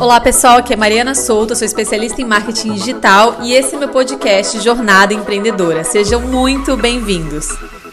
Olá pessoal, aqui é Mariana Souto, sou especialista em marketing digital e esse é meu podcast Jornada Empreendedora. Sejam muito bem-vindos.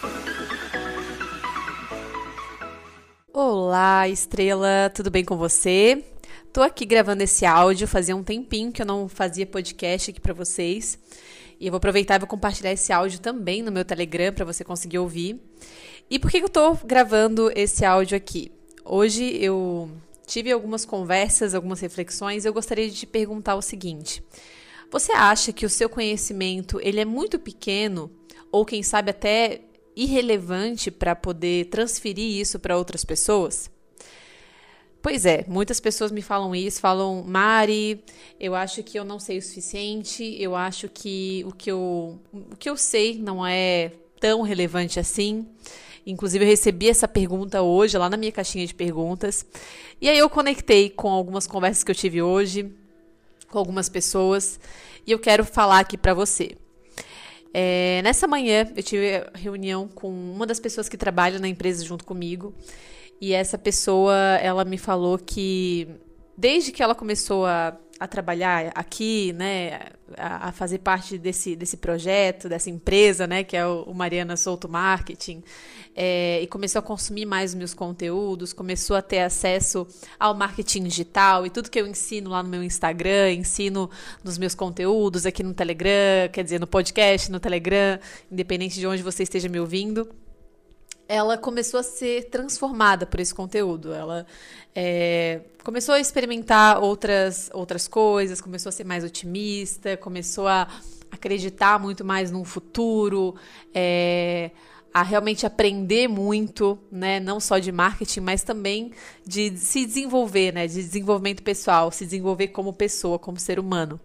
Olá, estrela, tudo bem com você? Tô aqui gravando esse áudio, fazia um tempinho que eu não fazia podcast aqui para vocês. E eu vou aproveitar e vou compartilhar esse áudio também no meu Telegram para você conseguir ouvir. E por que eu tô gravando esse áudio aqui? Hoje eu tive algumas conversas, algumas reflexões, eu gostaria de te perguntar o seguinte: você acha que o seu conhecimento ele é muito pequeno ou quem sabe até irrelevante para poder transferir isso para outras pessoas? Pois é, muitas pessoas me falam isso, falam: Mari, eu acho que eu não sei o suficiente, eu acho que o que eu sei não é tão relevante assim. Inclusive, eu recebi essa pergunta hoje, lá na minha caixinha de perguntas. E aí eu conectei com algumas conversas que eu tive hoje, com algumas pessoas, e eu quero falar aqui para você. Nessa manhã, eu tive reunião com uma das pessoas que trabalha na empresa junto comigo, e essa pessoa, ela me falou que desde que ela começou a trabalhar aqui, né, a fazer parte desse projeto, dessa empresa, né, que é o Mariana Souto Marketing, e começou a consumir mais os meus conteúdos, começou a ter acesso ao marketing digital e tudo que eu ensino lá no meu Instagram, ensino nos meus conteúdos aqui no Telegram, quer dizer, no podcast, no Telegram, independente de onde você esteja me ouvindo. Ela começou a ser transformada por esse conteúdo. Ela começou a experimentar outras coisas, começou a ser mais otimista, começou a acreditar muito mais num futuro, a realmente aprender muito, né? Não só de marketing, mas também de se desenvolver, né? De desenvolvimento pessoal, se desenvolver como pessoa, como ser humano.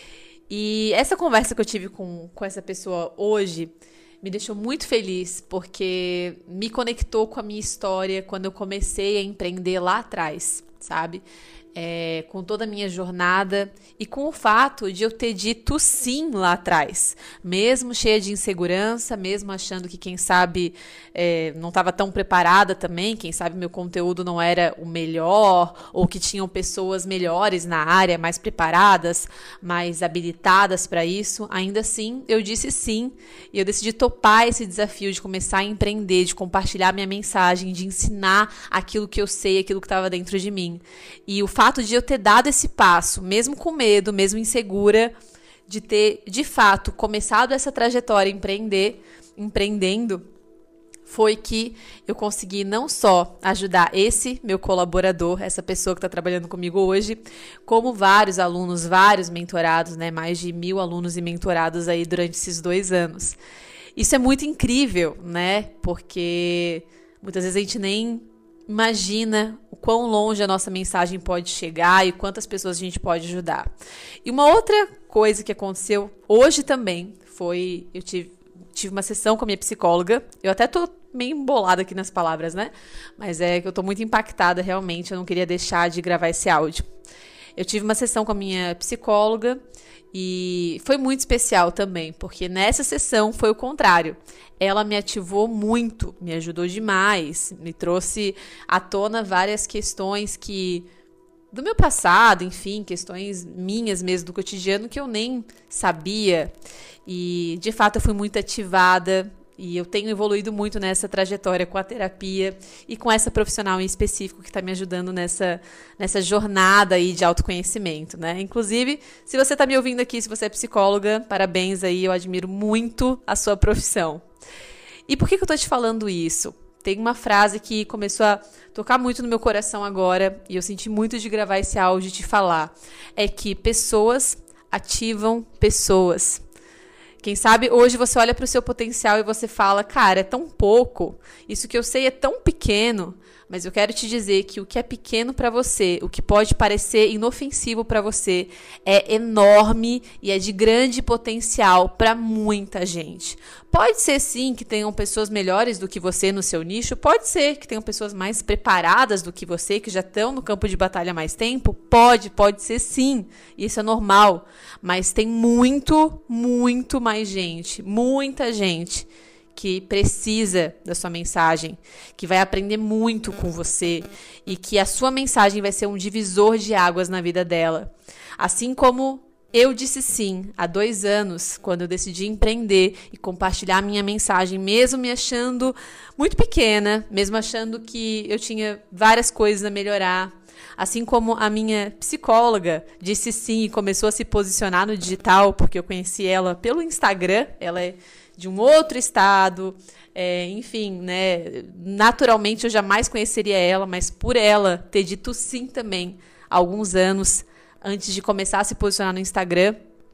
E essa conversa que eu tive com essa pessoa hoje me deixou muito feliz, porque me conectou com a minha história quando eu comecei a empreender lá atrás, sabe? Com toda a minha jornada e com o fato de eu ter dito sim lá atrás, mesmo cheia de insegurança, mesmo achando que quem sabe não estava tão preparada também, quem sabe meu conteúdo não era o melhor, ou que tinham pessoas melhores na área, mais preparadas, mais habilitadas para isso. Ainda assim, eu disse sim e eu decidi topar esse desafio de começar a empreender, de compartilhar minha mensagem, de ensinar aquilo que eu sei, aquilo que estava dentro de mim. E o fato de eu ter dado esse passo, mesmo com medo, mesmo insegura, de ter, de fato, começado essa trajetória empreendendo, foi que eu consegui não só ajudar esse meu colaborador, essa pessoa que está trabalhando comigo hoje, como vários alunos, vários mentorados, né? Mais de 1.000 alunos e mentorados aí durante esses 2 anos. Isso é muito incrível, né? Porque muitas vezes a gente nem imagina o quão longe a nossa mensagem pode chegar e quantas pessoas a gente pode ajudar. E uma outra coisa que aconteceu hoje também foi, eu tive uma sessão com a minha psicóloga. Eu até tô meio embolada aqui nas palavras, né? Mas é que eu tô muito impactada realmente, eu não queria deixar de gravar esse áudio. Eu tive uma sessão com a minha psicóloga e foi muito especial também, porque nessa sessão foi o contrário. Ela me ativou muito, me ajudou demais, me trouxe à tona várias questões do meu passado, enfim, questões minhas mesmo do cotidiano que eu nem sabia. E, de fato, eu fui muito ativada e eu tenho evoluído muito nessa trajetória com a terapia e com essa profissional em específico que está me ajudando nessa jornada aí de autoconhecimento, né? Inclusive, se você está me ouvindo aqui, se você é psicóloga, parabéns aí, eu admiro muito a sua profissão. E por que eu estou te falando isso? Tem uma frase que começou a tocar muito no meu coração agora e eu senti muito de gravar esse áudio e te falar. É que pessoas ativam pessoas. Quem sabe hoje você olha para o seu potencial e você fala: cara, é tão pouco, isso que eu sei é tão pequeno, mas eu quero te dizer que o que é pequeno para você, o que pode parecer inofensivo para você, é enorme e é de grande potencial para muita gente. Pode ser sim que tenham pessoas melhores do que você no seu nicho, pode ser que tenham pessoas mais preparadas do que você, que já estão no campo de batalha há mais tempo, pode ser sim, isso é normal, mas tem muito mais gente, muita gente que precisa da sua mensagem, que vai aprender muito com você e que a sua mensagem vai ser um divisor de águas na vida dela. Assim como eu disse sim há 2 anos, quando eu decidi empreender e compartilhar minha mensagem, mesmo me achando muito pequena, mesmo achando que eu tinha várias coisas a melhorar. Assim como a minha psicóloga disse sim e começou a se posicionar no digital, porque eu conheci ela pelo Instagram, ela é de um outro estado, enfim, né? Naturalmente eu jamais conheceria ela, mas por ela ter dito sim também há alguns anos, antes de começar a se posicionar no Instagram,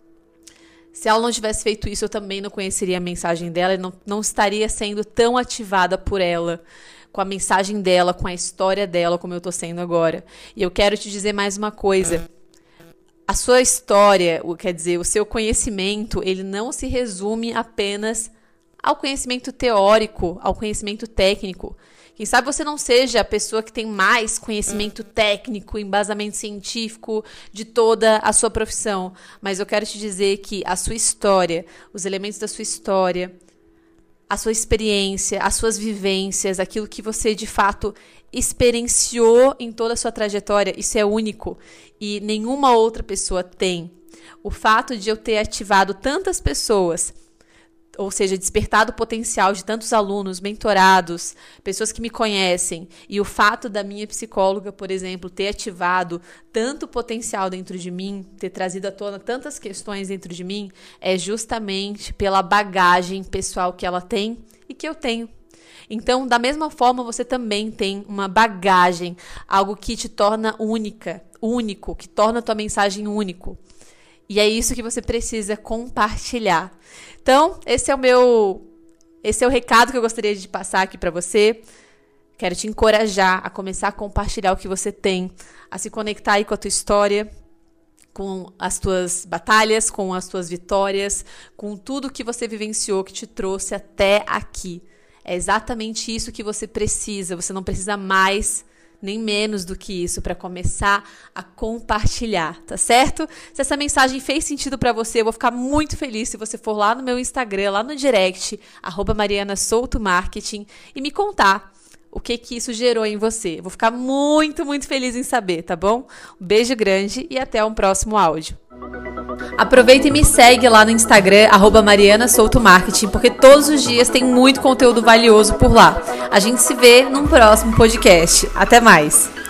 se ela não tivesse feito isso, eu também não conheceria a mensagem dela e não estaria sendo tão ativada por ela, com a mensagem dela, com a história dela, como eu estou sendo agora. E eu quero te dizer mais uma coisa. A sua história, quer dizer, o seu conhecimento, ele não se resume apenas ao conhecimento teórico, ao conhecimento técnico. Quem sabe você não seja a pessoa que tem mais conhecimento técnico, embasamento científico de toda a sua profissão. Mas eu quero te dizer que a sua história, os elementos da sua história, a sua experiência, as suas vivências, aquilo que você de fato experienciou em toda a sua trajetória, isso é único e nenhuma outra pessoa tem. O fato de eu ter ativado tantas pessoas, ou seja, despertado o potencial de tantos alunos, mentorados, pessoas que me conhecem, e o fato da minha psicóloga, por exemplo, ter ativado tanto potencial dentro de mim, ter trazido à tona tantas questões dentro de mim, é justamente pela bagagem pessoal que ela tem e que eu tenho. Então, da mesma forma, você também tem uma bagagem, algo que te torna único, que torna a tua mensagem único. E é isso que você precisa compartilhar. Então, esse é o recado que eu gostaria de passar aqui para você. Quero te encorajar a começar a compartilhar o que você tem, a se conectar aí com a tua história, com as tuas batalhas, com as tuas vitórias, com tudo que você vivenciou que te trouxe até aqui. É exatamente isso que você precisa. Você não precisa mais nem menos do que isso para começar a compartilhar, tá certo? Se essa mensagem fez sentido para você, eu vou ficar muito feliz se você for lá no meu Instagram, lá no direct, @marianasoutomarketing, e me contar o que isso gerou em você. Eu vou ficar muito, muito feliz em saber, tá bom? Um beijo grande e até um próximo áudio. Aproveita e me segue lá no Instagram, @marianasoutomarketing, porque todos os dias tem muito conteúdo valioso por lá. A gente se vê num próximo podcast. Até mais!